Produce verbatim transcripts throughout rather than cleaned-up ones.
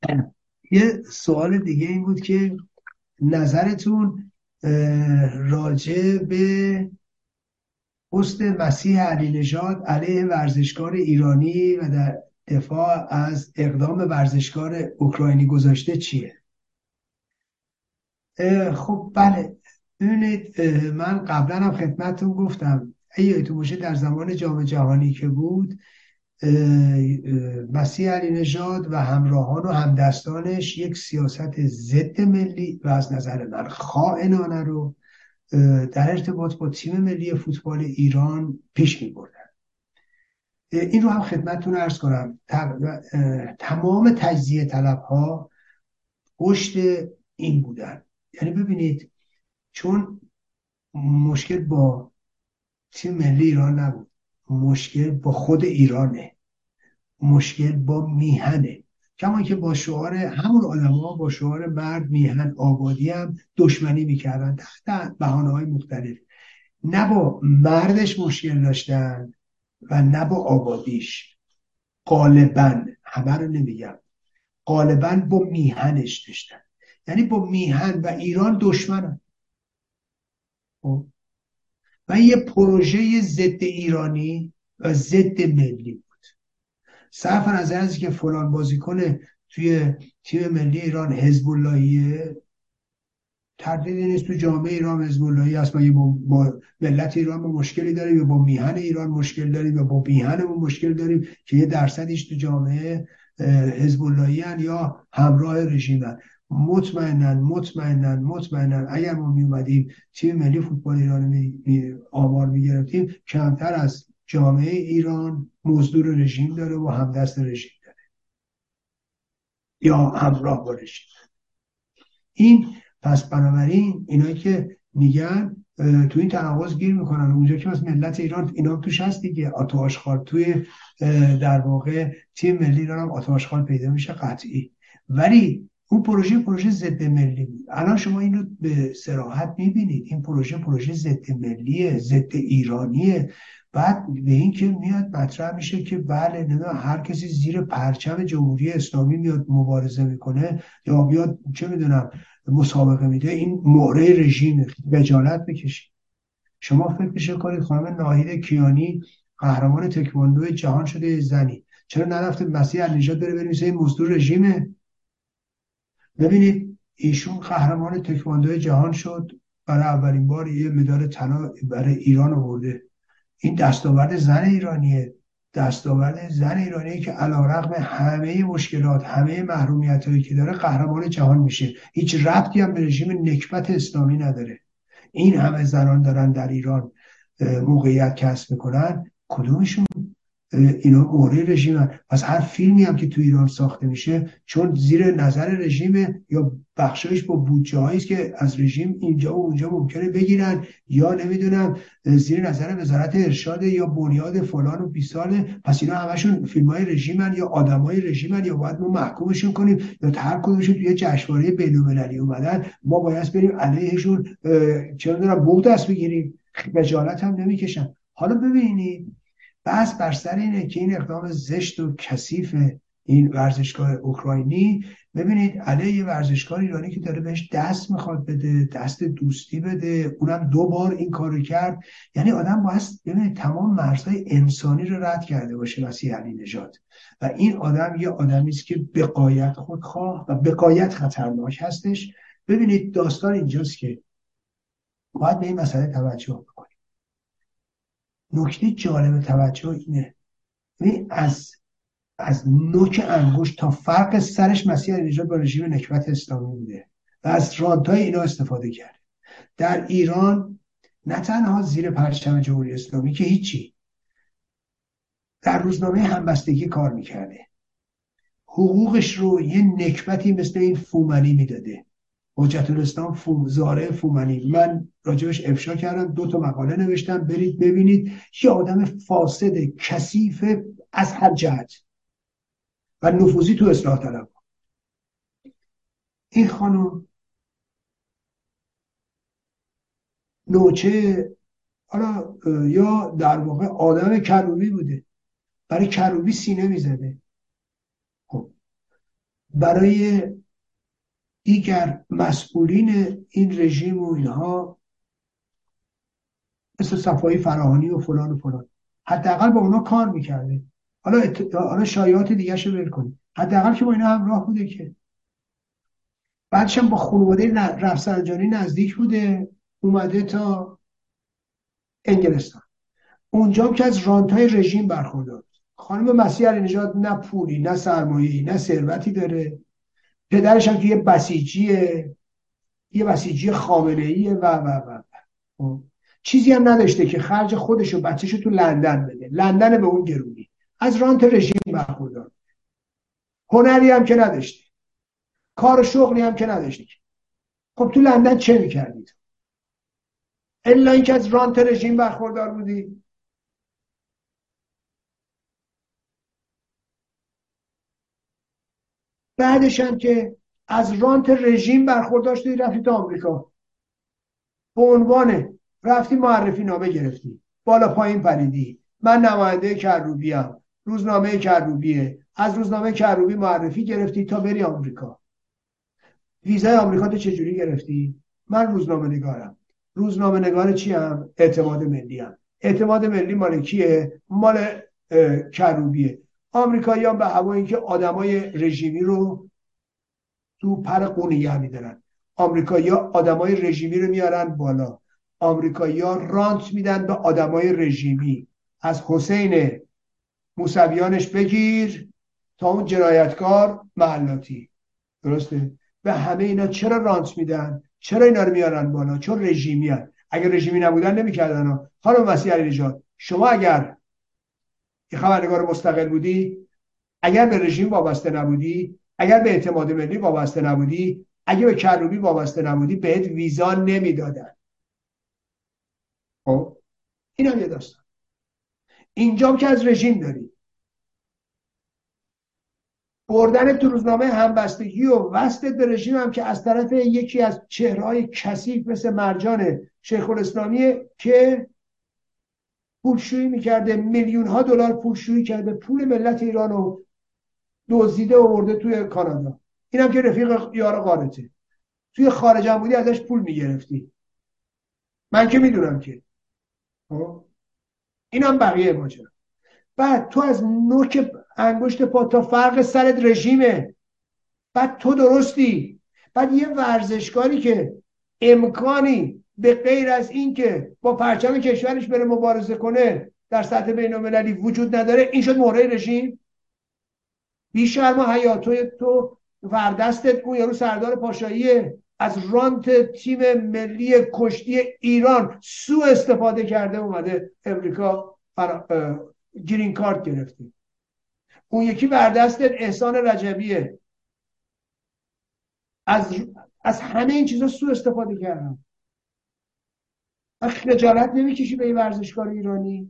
یه سوال دیگه این بود که نظرتون اه، راجع به پست مسیح علی نژاد علیه ورزشکار ایرانی و در دفاع از اقدام ورزشکار اوکراینی گذاشته چیه؟ اه، خب بله، ببینید، اه، من قبلا هم خدمتتون گفتم، اگه یادتون باشه در زمان جام جهانی که بود، اه، اه، مسیح علی نژاد و همراهان و همدستانش یک سیاست ضد ملی و از نظر من خائنانه رو اه، در ارتباط با تیم ملی فوتبال ایران پیش می بردن. این رو هم خدمتتون عرض کنم، تق- اه، تمام تجزیه طلب ها پشت این بودن. یعنی ببینید، چون مشکل با تیم ملی ایران نبود، مشکل با خود ایرانه، مشکل با میهنه. کما که با شعار همون آدما، با شعار مرد میهن آبادی هم دشمنی میکردن تحت بهانه های مختلف. نه با مردش مشکل داشتن و نه با آبادیش. غالبا، همه رو نمیگم، غالبا با میهنش داشتن. یعنی با میهن و ایران دشمنن. خب؟ و یه پروژه ضد ایرانی و ضد ملی، صرف نظر از که فلان بازیکن توی تیم ملی ایران حزب اللهیه، تردیدی نیست تو جامعه ایران حزب اللهی هست. ما با, با ملت ایران ما مشکلی داریم یا با میهن ایران مشکل داریم یا با میهنمون مشکل داریم که یه درصدیش تو جامعه حزب اللهی هن یا همراه رژیمن. مطمئنا مطمئنا مطمئنا اگر ما می اومدیم تیم ملی فوتبال ایران می, می آمار می گرفتیم، کمتر از جامعه ایران مزدور رژیم داره و همدست رژیم داره یا همراه با رژیم. این پس بنابراین اینایی که میگن تو این تناقض گیر میکنن. اونجا که از ملت ایران اینا توش هست دیگه، آتو آشغال توی در واقع تیم ملی ایران هم آتو آشغال پیدا میشه قطعی. ولی اون پروژه پروژه ضد ملی بود. الان شما این رو به صراحت میبینید، این پروژه پروژه ضد ملیه، ضد ایرانیه. بعد به این که میاد مطرح میشه که بله نمیدونم هر کسی زیر پرچم جمهوری اسلامی میاد مبارزه میکنه یا بیاد چه میدونم مسابقه میده، این مهره رژیم، خجالت بکشید. شما فکرش کنید خانم ناهید کیانی قهرمان تکواندو جهان شده زنی، چرا نرفته مسیح النژاد بره بنویسه این مزدور رژیمه؟ ببینید ایشون قهرمان تکواندو جهان شد، برای اولین بار یه مدال طلا برای ایران آورده. این دستاورد زن ایرانیه، دستاورد زن ایرانیه که علیرغم همه مشکلات، همه محرومیت هایی که داره قهرمان جهان میشه. هیچ ربطی هم به رژیم نکبت اسلامی نداره. این همه زنان دارن در ایران موقعیت کسب میکنن، کدومشون اینا مهره رژیمن؟ پس هر فیلمی هم که تو ایران ساخته میشه چون زیر نظر رژیم یا بخشایش با بودجه هایی است که از رژیم اینجا و اونجا ممکنه بگیرن، یا نمیدونم زیر نظر وزارت ارشاد یا بنیاد فلان و بیساله، پس اینا همشون فیلم های رژیمن یا آدم های رژیمن، یا باید ما محکومشون کنیم، یا هر کدومشون توی جشنواره بین‌المللی اومدن ما باید بریم علیهشون چه میدونم بوق دست بگیریم؟ خجالت هم نمیکشن. حالا ببینید، بحث بر سر اینه که این اقدام زشت و کثیف این ورزشکار اوکراینی، ببینید علیه یه ورزشکار ایرانی که داره بهش دست میخواد بده، دست دوستی بده، اونم دو بار این کارو کرد. یعنی آدم باید ببینید تمام مرزهای انسانی رو رد کرده باشه مسیح علی نژاد. و این آدم یه آدمی است که بقایت خودخواه و بقایت خطرناک هستش. ببینید داستان اینجاست که باید به این مسئله توجه بکنید. نکته جالب توجه اینه، یعنی از از نوک انگشت تا فرق سرش مسیح علیرضا با رژیم نکبت اسلامی بوده و از رانتای اینا استفاده کرد. در ایران نه تنها زیر پرچم جمهوری اسلامی که هیچی، در روزنامه همبستگی کار میکرده، حقوقش رو یه نکبتی مثل این فومنی میداده، حجت الاسلام فوم زاره فومنی. من راجبش افشا کردم، دو تا مقاله نوشتم، برید ببینید. یه آدم فاسد کثیف از هر جهت و نفوذی تو اصلاح طلب. این خانم نوچه، حالا یا در واقع آدم کروبی بوده، برای کروبی سینه میزده. خب برای دیگر مسئولین این رژیم و اینها مثل صفایی فراهانی و فلان و فلان حداقل با اونا کار میکرده. حالا ات... حالا شایعات دیگه شو ول کنید، حداقل که با اینا همراه بوده، که بعدش هم با خانواده رفسنجانی نزدیک بوده، اومده تا انگلستان. اونجا که از رانت‌های رژیم برخوردار. خانم مسیح علی نژاد نه پولی نه سرمایه‌ای نه ثروتی داره، پدرش هم که یه بسیجیه، یه بسیجی خامنه‌ایه و و و و چیزی هم نداشته که خرج خودش و بچه‌شو تو لندن بده، لندن به اون گرونی. از رانت رژیم برخوردار. هنری هم که نداشته، کار و شغلی هم که نداشته. خب تو لندن چه می‌کردید؟ الا اینکه از رانت رژیم برخوردار بودی. بعدش هم که از رانت رژیم برخوردار شدی، رفتی تا آمریکا، به عنوان رفتی معرفی نامه گرفتی، بالا پایین پریدی، من نماینده کروبیم، روزنامه کروبیه، از روزنامه کروبی معرفی گرفتی تا بری آمریکا. ویزای آمریکا تو چجوری گرفتی؟ من روزنامه نگارم. روزنامه نگار چی هم؟ اعتماد ملی هم. اعتماد ملی مال کیه؟ مال کروبیه. آمریکایی هم به هوای که آدمای رژیمی رو تو پر قونیه میدارن. آمریکایی‌ها آدمای رژیمی رو میارن بالا. آمریکایی‌ها رانت میدن به آدمای رژیمی، از حسین موسویانش بگیر تا اون جنایتکار محلاتی. درسته؟ به همه اینا چرا رانت میدن؟ چرا اینا رو میارن بالا؟ چون رژیمی هن. اگر رژیمی نبودن نمیکردن. خانم مسیح علی نژاد، شما اگر یه خبرنگار مستقل بودی، اگر به رژیم وابسته نبودی، اگر به اعتماد ملی وابسته نبودی، اگه به کروبی وابسته نبودی، بهت ویزا نمیدادن. خب این هم یه داستان. اینجا که از رژیم داری، بردن تو روزنامه همبستگی و وصلت به رژیم هم که از طرف یکی از چهره‌های کثیف مثل مرجان شیخ الاسلامی که پولشویی میکرده، میلیون ها دلار پولشویی کرده، پول ملت ایران رو دزدیده و برده توی کانادا. اینم که رفیق یار قارته. توی خارج هم بودی ازش پول میگرفتی، من که میدونم که. اینم بقیه ماجرا. بعد تو از نوک انگشت پا تا فرق سرت رژیمه. بعد تو درستی. بعد یه ورزشکاری که امکانی به غیر از این که با پرچم کشورش بره مبارزه کنه در سطح بین‌المللی وجود نداره، این شد مهره رژیم. بی شرم و حیا. تو تو وردستت اون یارو سردار پاشاییه، از رانت تیم ملی کشتی ایران سوء استفاده کرده اومده امریکا گرین کارت گرفتی. اون یکی وردستت احسان رجبیه، از از همه این چیزا سوء استفاده کردن. خجالت نمیکشی به این ورزشکار ایرانی؟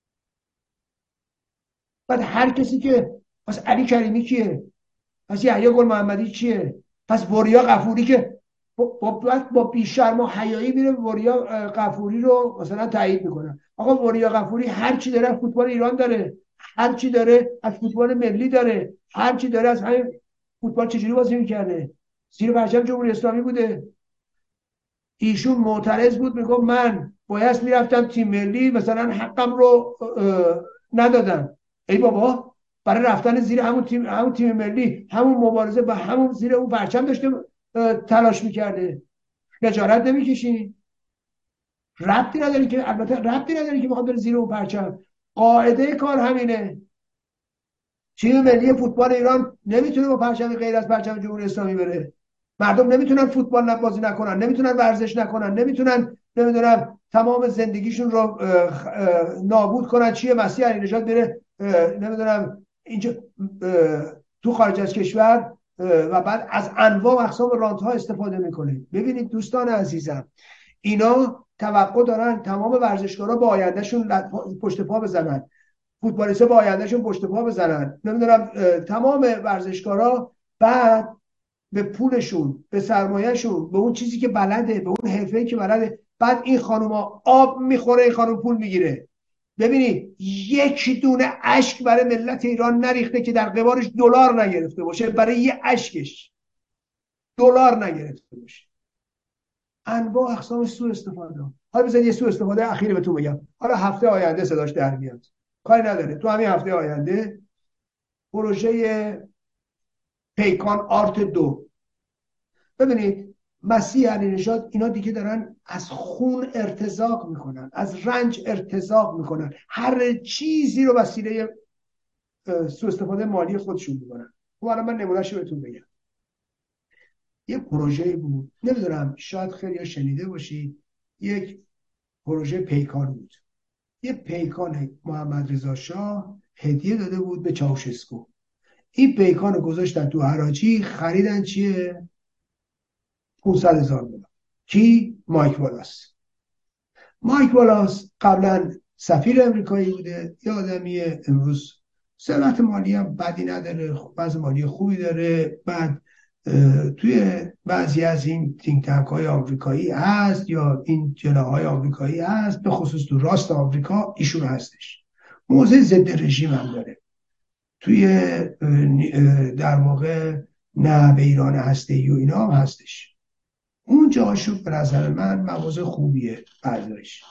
بعد هر کسی که پس علی کریمی کیه؟ پس یحیی گل محمدی کیه؟ پس وریا غفوری که با با بیشرم و حیایی میره وریا غفوری رو مثلا تایید میکنه. آقا وریا غفوری هر چی داره فوتبال ایران داره، هر چی داره از فوتبال ملی داره، هر چی داره از همین فوتبال. چجوری بازی میکرده؟ زیر پرچم جمهوری اسلامی بوده. ایشون معترض بود، میگه من باید میرفتم تیم ملی، مثلا حقم رو ندادن. ای بابا، برای رفتن زیر همون تیم همون تیم ملی، همون مبارزه با همون زیر اون پرچم داشته تلاش میکرده. خجالت نمیکشین؟ ربطی نداره که، البته ربطی نداره که میخواد بره زیر اون پرچم. قاعده کار همینه. تیم ملی فوتبال ایران نمیتونه با پرچم غیر از پرچم جمهوری اسلامی بره. مردم نمیتونن فوتبال بازی نکنن، نمیتونن ورزش نکنن، نمیتونن نمیدونم تمام زندگیشون رو نابود کنن. چیه مسیح علی نژاد بره نمیدونم اینجا تو خارج از کشور و بعد از انواع و اقسام رانت ها استفاده میکنه. ببینید دوستان عزیزم، اینا توقع دارن تمام ورزشکارا با آیندهشون پشت پا بزنن، فوتبالیستا با آیندهشون پشت پا بزنن، نمیدونم تمام ورزشکارا بعد به پولشون، به سرمایهشون، به اون چیزی که بلده، به اون حرفه‌ای که بلده، بعد این خانوما آب میخوره، این خانوم پول میگیره. ببینید یک دونه اشک برای ملت ایران نریخته که در قبارش دلار نگرفته باشه، برای یه اشکش دلار نگرفته باشه. انواع اقسام سوء استفاده. حالا بزنید یه سوء استفاده اخیری بهتون بگم، حالا هفته آینده صداش در میاد، کاری نداره، تو همین هفته آینده پروژه پیکان آرت دو. ببینید مسیح علی نژاد اینا دیگه دارن از خون ارتزاق میکنن، از رنج ارتزاق میکنن، هر چیزی رو وسیله سوء استفاده مالی خودشون میکنن. خب الان من نمونهشو بهتون بگم. یه پروژه بود، نمیدونم شاید خیلی شنیده باشید، یک پروژه پیکان بود. یه پیکان محمد رضا شاه هدیه داده بود به چاوشسکو. این پیکان رو گذاشتن تو حراجی، خریدن چیه؟ پانصد هزار دلار. کی؟ مایک والاس. مایک والاس قبلا سفیر امریکایی بوده، یه آدمی امروز ثروت مالی هم بدی نداره، وضع مالی خوبی داره، بعد توی بعضی از این تینک تانک های آمریکایی هست یا این جناهای آمریکایی هست، به خصوص تو راست آمریکا ایشون هستش. موضع ضد رژیم هم داره، توی در واقع نه به ایران هسته‌ای و اینا هم هستش. اون جاشو به نظر من مواضع خوبیه بردارش.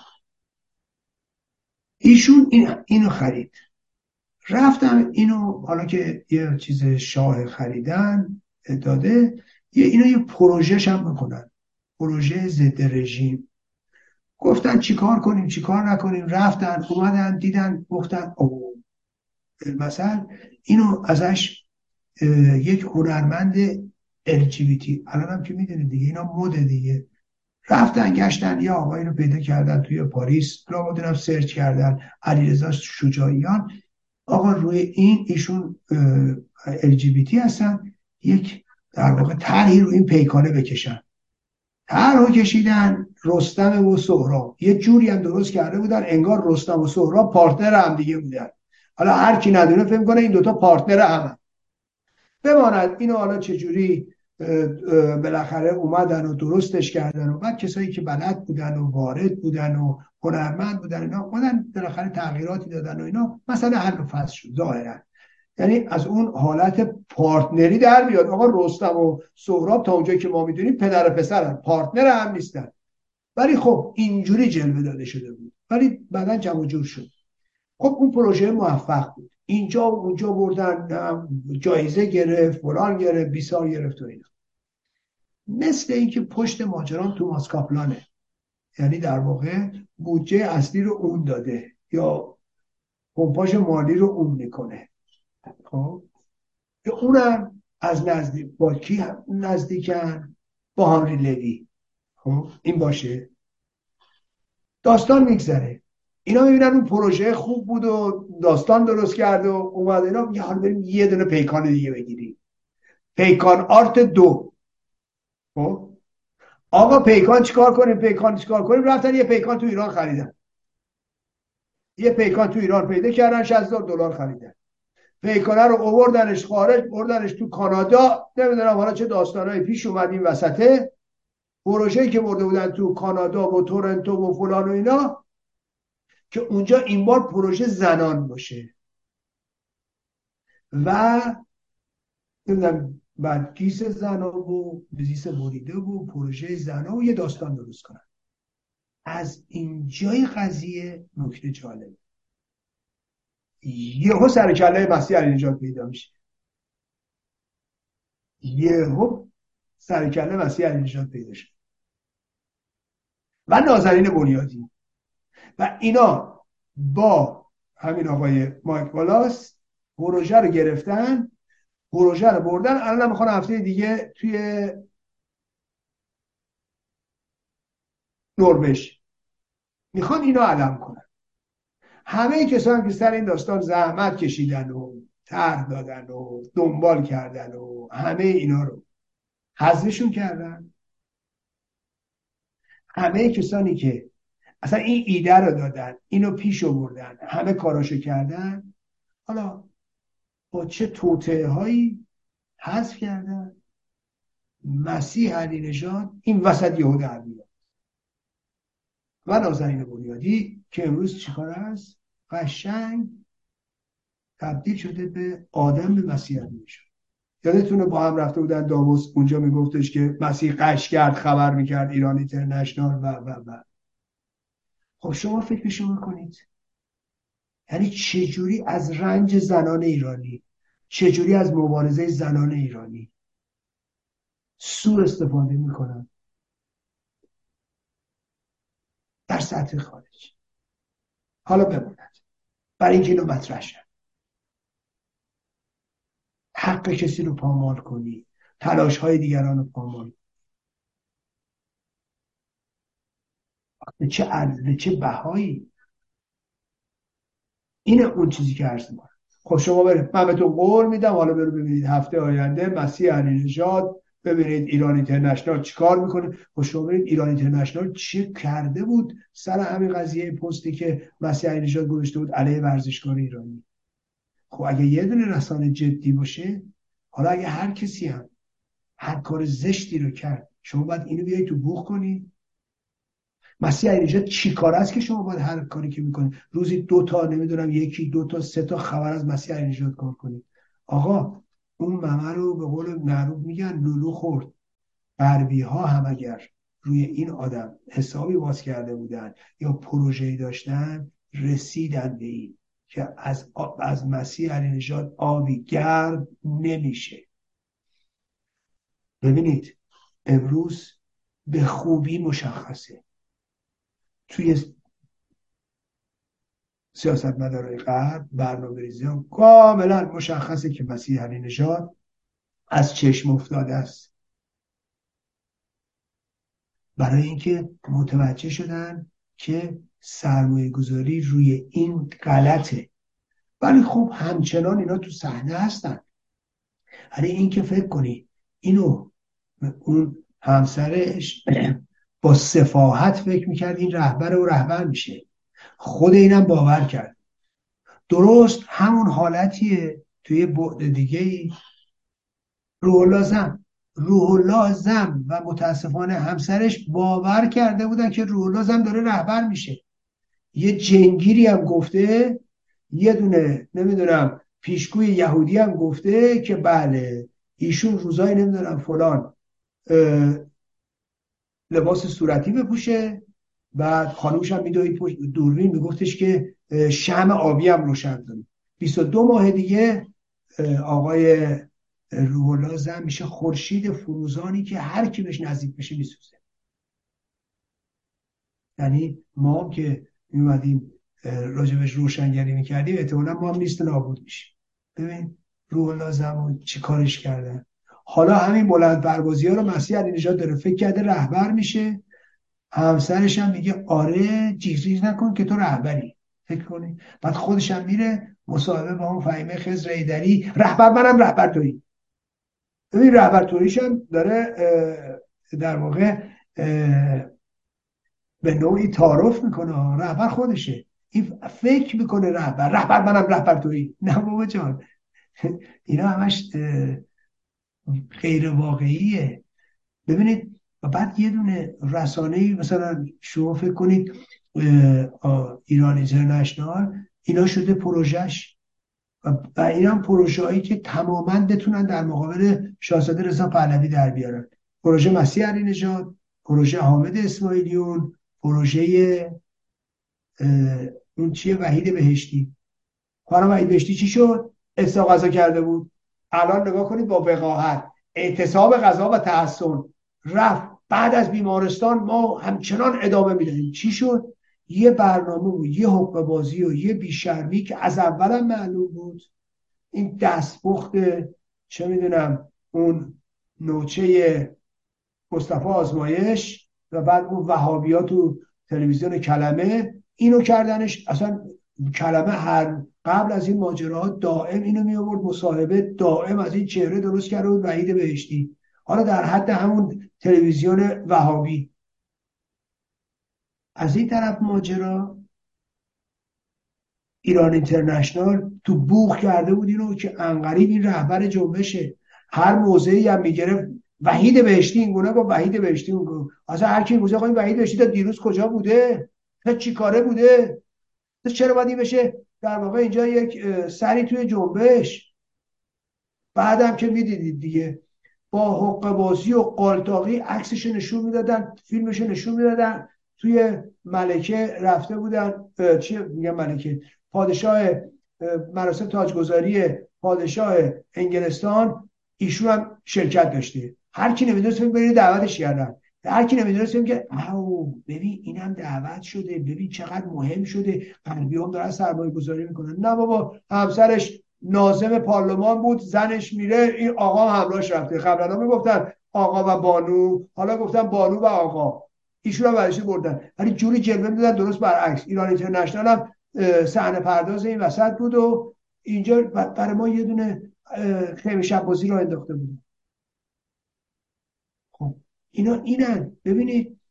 ایشون این اینو خرید، رفتم اینو، حالا که یه چیز شاه خریدن داده، یه اینا یه پروژهش هم بکنن، پروژه ضد رژیم. گفتن چیکار کنیم چیکار نکنیم، رفتن اومدن دیدن گفتن اوه مثلا اینو ازش یک هنرمند ال جی بی تی، الان هم که میدونید دیگه اینا مد دیگه، رفتن گشتن یه آقایی رو پیدا کردن توی پاریس، لابد هم سرچ کردن علیرضا شجاعیان، آقا روی این ایشون ال جی بی تی هستن، یک در واقع طرحی رو این پیکانه بکشن. طرحو کشیدن رستم و سهراب، یه جوری هم درست کرده بودن انگار رستم و سهراب پارتنر هم دیگه بودن. حالا هر کی ندونه فکر کنه این دوتا پارتنر همن. بماند اینو حالا چجوری بالاخره اومدن و درستش کردن و بعد کسایی که بلد بودن و وارد بودن و هنرمند بودن اینا اومدن بالاخره تغییراتی دادن و اینا مثلا حل و فصل شد ظاهرا. یعنی از اون حالت پارتنری در بیاد. آقا رستم و سهراب تا اونجایی که ما میدونیم پدر و پسرن، پارتنر هم نیستن، ولی خب اینجوری جلوه داده شده بود، ولی بعداً جمع جور شد. خب اون پروژه موفق بود، اینجا و اونجا بردن، جایزه گرفت، فلان گرفت، بیسار گرفت و اینا. مثل اینکه پشت ماجرام توماس کاپلانه، یعنی در واقع بودجه اصلی رو اون داده یا پمپاژ مالی رو اون میکنه. خب که اونم از نزدیک با کی نزدیکن؟ با هانری لوی. خب این باشه، داستان میگذره، اینا میبینن اون پروژه خوب بود و داستان درست کرد و اومد اینا میگه حالا بریم یه دونه پیکان دیگه بگیریم، پیکان آرت دو. خب آقا پیکان چیکار کنیم پیکان چیکار کنیم رفتن یه پیکان تو ایران خریدن، یه پیکان تو ایران پیدا کردن، شصت هزار دلار خریدن. پیکانه رو آوردنش خارج، بردنش تو کانادا، نمیدونم حالا چه داستانایی پیش اومد این وسطه. پروژه‌ای که برده بودن تو کانادا و تورنتو و فلان و اینا، که اونجا این بار پروژه زنان باشه و نمیدونم بعد کیس زنا و بزیس بریده و پروژه زنا و یه داستان درست کنن. از اینجای قضیه نکته جالب، یهو سر کله مسیح علی نژاد پیدا میشه، یهو سر کله مسیح علی نژاد پیدا شد و نازنین بنیادی و اینا با همین آقای مایک والاس پروژه رو گرفتن، پروژه رو بردن. الان میخوان هفته دیگه توی نروژ میخوان اینو علم کنن. همه کسانی که سر این داستان زحمت کشیدن و طرح دادن و دنبال کردن و همه اینا رو حذفشون کردن. همه کسانی که اصلا این ایده رو دادن، اینو پیش آوردن، همه کاراشو کردن، حالا با چه توطئه هایی حذف کردن. مسیح علی نژاد این وسط یهو در میاد و نازنین بنیادی که امروز چیکار هست؟ قشنگ تبدیل شده به آدم، به مسیح میشه. یادتونه با هم رفته بودن داموس، اونجا میگفتش که مسیح قش کرد، خبر میکرد ایران اینترنشنال و و و خب شما فکرشو میکنید، یعنی چجوری از رنج زنان ایرانی، چجوری از مبارزه زنان ایرانی سوء استفاده میکنن در سطح خارج. حالا بماند برای اینکه اینو مطرح شد، حق کسی رو پامال کنی، تلاش های دیگران رو پامال، به چه عرض، به چه بهایی؟ اینه اون چیزی که عرض میکنم. خب شما برید، من بهتون قول میدم حالا برو ببینید هفته آینده مسیح علی نژاد، ببینید ایران اینترنشنال چیکار میکنه. خب شما برید ایران اینترنشنال چی کرده بود سر همین قضیه پستی که مسیح علی نژاد گذاشته بود علیه ورزشکار ایرانی. خب اگه یه دونه رسانه جدی باشه، حالا اگه هر کسی هم هر کار زشتی رو کرد، شما باید اینو بیایید تو بوق کنید. مسیح علی نژاد چی کار است که شما باید هر کاری که میکنید روزی دو تا، نمیدونم یکی دو تا سه تا خبر از مسیح علی نژاد کار کنید؟ آقا اون ممه رو به قول معروف میگن لولو خورد. غربی ها هم اگر روی این آدم حسابی باز کرده بودن یا پروژه‌ای داشتن، رسیدن به این که از از مسیح علی نژاد آبی گرد نمیشه. ببینید امروز به خوبی مشخصه توی سیاستمدارای غرب، برنامه‌ریزی ها کاملا مشخصه که مسیح علی نژاد از چشم افتاده است، برای اینکه متوجه شدن که سرمایه گذاری روی این غلطه. ولی خب همچنان اینا تو صحنه هستن. ولی این که فکر کنی اینو اون همسرش با سفاهت فکر میکرد این رهبر و رهبر میشه، خود اینم باور کرد. درست همون حالتیه توی بعد دیگه ای روح الله زم روح الله زم و متاسفانه همسرش باور کرده بودن که روح الله زم داره رهبر میشه. یه جنگیری هم گفته، یه دونه نمیدونم پیشگوی یهودی هم گفته که بله ایشون روزای نمیدونم فلان لباس صورتی بپوشه، بعد خانومش هم میدوید دوربین میگفتش که شمع آبی هم روشن کنه. بیست و دو ماه دیگه آقای روح الله زم میشه خورشید فروزانی که هر کی بهش نزدیک بشه میسوزه. یعنی ما هم که میومدیم راجبش روشنگری میکردیم احتمالاً ما هم نیست نابود میشیم. ببین روح الله زم چی کارش کردن. حالا همین بلند پروازی ها رو مسیح علی نژاد داره فکر کرده رهبر میشه، همسرش هم میگه آره جیغ نکن که تو رهبری، فکر کنی. بعد خودش هم میره مصاحبه با اون فهیمه خضر ایدری، رهبر منم رهبر تویی. ببین رهبر توییش هم داره در واقع به نوعی تعارف میکنه، رهبر خودشه. این فکر میکنه رهبر رهبر منم رهبر تویی. نه بابا جان، اینا همش غیر واقعیه. ببینید و بعد یه دونه رسانه‌ای مثلا شما فکر کنید ایران اینترنشنال اینا شده پروژهش و, و اینا هم پروژه‌ای که تماماً بتونن در مقابل شاهزاده رضا پهلوی در بیارن. پروژه مسیح علی نژاد، پروژه حامد اسماعیلیون، پروژه اون چیه وحید بهشتی. خانم وحید بهشتی چی شد؟ احضار غذا کرده بود. الان نگاه کنید با وقاحت اعتصاب غذا و تحسن رفت بعد از بیمارستان ما همچنان ادامه میدهیم. چی شد؟ یه برنامه و یه حقوق بازی و یه بیشرمی که از اولم معلوم بود. این دستپخت چه میدونم اون نوچه مصطفی آزمایش و بعد اون وهابیات تو تلویزیون کلمه اینو کردنش. اصلا کلمه هر قبل از این ماجراها دائم اینو می آورد مصاحبه، دائم از این چهره درست کرده بود وحید بهشتی. حالا در حد همون تلویزیون وهابی. از این طرف ماجرا ایران اینترنشنال تو بوق کرده بود اینو که انقریب این رهبر جنبشه. هر موضعی هم میگرفت وحید بهشتی این گونه با وحید بهشتی اون گونه. اصلا هر کی میگه آقا این وحید بهشتی تا دیروز کجا بوده؟ تا چی کاره بوده؟ چرا باید این بشه در واقع اینجا یک سری توی جنبش؟ بعدم که میدیدید دیگه با حقه بازی و قالتاقی عکسش نشون میدادن، فیلمش نشون میدادن، توی ملکه رفته بودن، چی میگم ملکه، پادشاه، مراسم تاجگذاری پادشاه انگلستان، ایشون هم شرکت داشته. هر کی نمیدونست ببین دعوتش کردن، هر کی نمیدونست که او ببین اینم دعوت شده، ببین چقدر مهم شده، غربی هم دارن سرمایه گذاری میکنن. نه بابا، همسرش ناظم پارلمان بود، زنش میره، این آقا همراهش رفته. قبلا میگفتن آقا و بانو، حالا گفتن بانو و آقا، ایشون هم برشی بردن، ولی جوری جلوه میدادن درست برعکس. ایران اینترنشنال هم صحنه پرداز این وسط بود و اینجا برای ما یه دونه خیمه شب بازی رو انداخته بود. خب اینا اینن، ببینید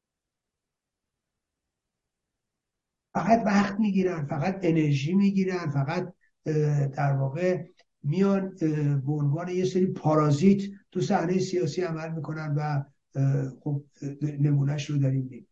فقط وقت میگیرن، فقط انرژی میگیرن، فقط در واقع میان به عنوان یه سری پارازیت تو صحنه سیاسی عمل میکنن و خب نمونهش رو داریم.